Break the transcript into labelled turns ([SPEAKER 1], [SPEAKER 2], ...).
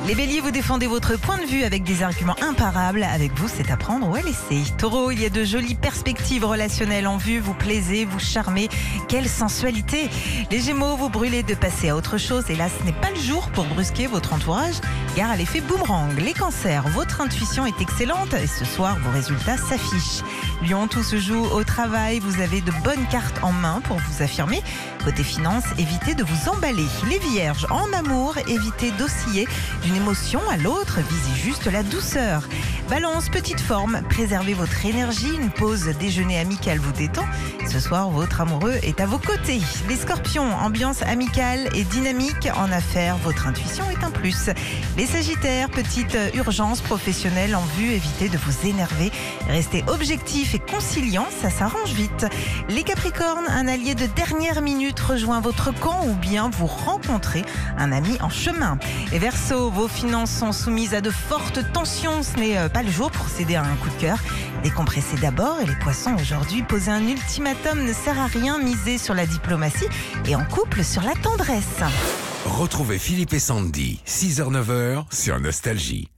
[SPEAKER 1] Les béliers, vous défendez votre point de vue avec des arguments imparables. Avec vous, c'est à prendre ou à laisser. Taureau, il y a de jolies perspectives relationnelles en vue. Vous plaisez, vous charmez. Quelle sensualité. Les gémeaux, vous brûlez de passer à autre chose. Et là, ce n'est pas le jour pour brusquer votre entourage, gare à l'effet boomerang. Les cancers, votre intuition est excellente et ce soir, vos résultats s'affichent. Lion, tout se joue au travail. Vous avez de bonnes cartes en main pour vous affirmer. Côté finance, évitez de vous emballer. Les vierges, en amour, évitez d'osciller d'une émotion à l'autre, visez juste la douceur. Balance, petite forme, préservez votre énergie, une pause déjeuner amicale vous détend. Ce soir, votre amoureux est à vos côtés. Les scorpions, ambiance amicale et dynamique. En affaires, votre intuition est un plus. Les sagittaires, petite urgence professionnelle en vue, évitez de vous énerver. Restez objectif et conciliant, ça s'arrange vite. Les capricornes, un allié de dernière minute rejoint votre camp ou bien vous rencontrez un ami en chemin. Les Verseaux, vos finances sont soumises à de fortes tensions. Ce n'est pas le jour pour céder à un coup de cœur. Décompressez d'abord. Et les poissons, aujourd'hui, poser un ultimatum ne sert à rien. Misez sur la diplomatie et en couple sur la tendresse.
[SPEAKER 2] Retrouvez Philippe et Sandy, 6h-9h sur Nostalgie.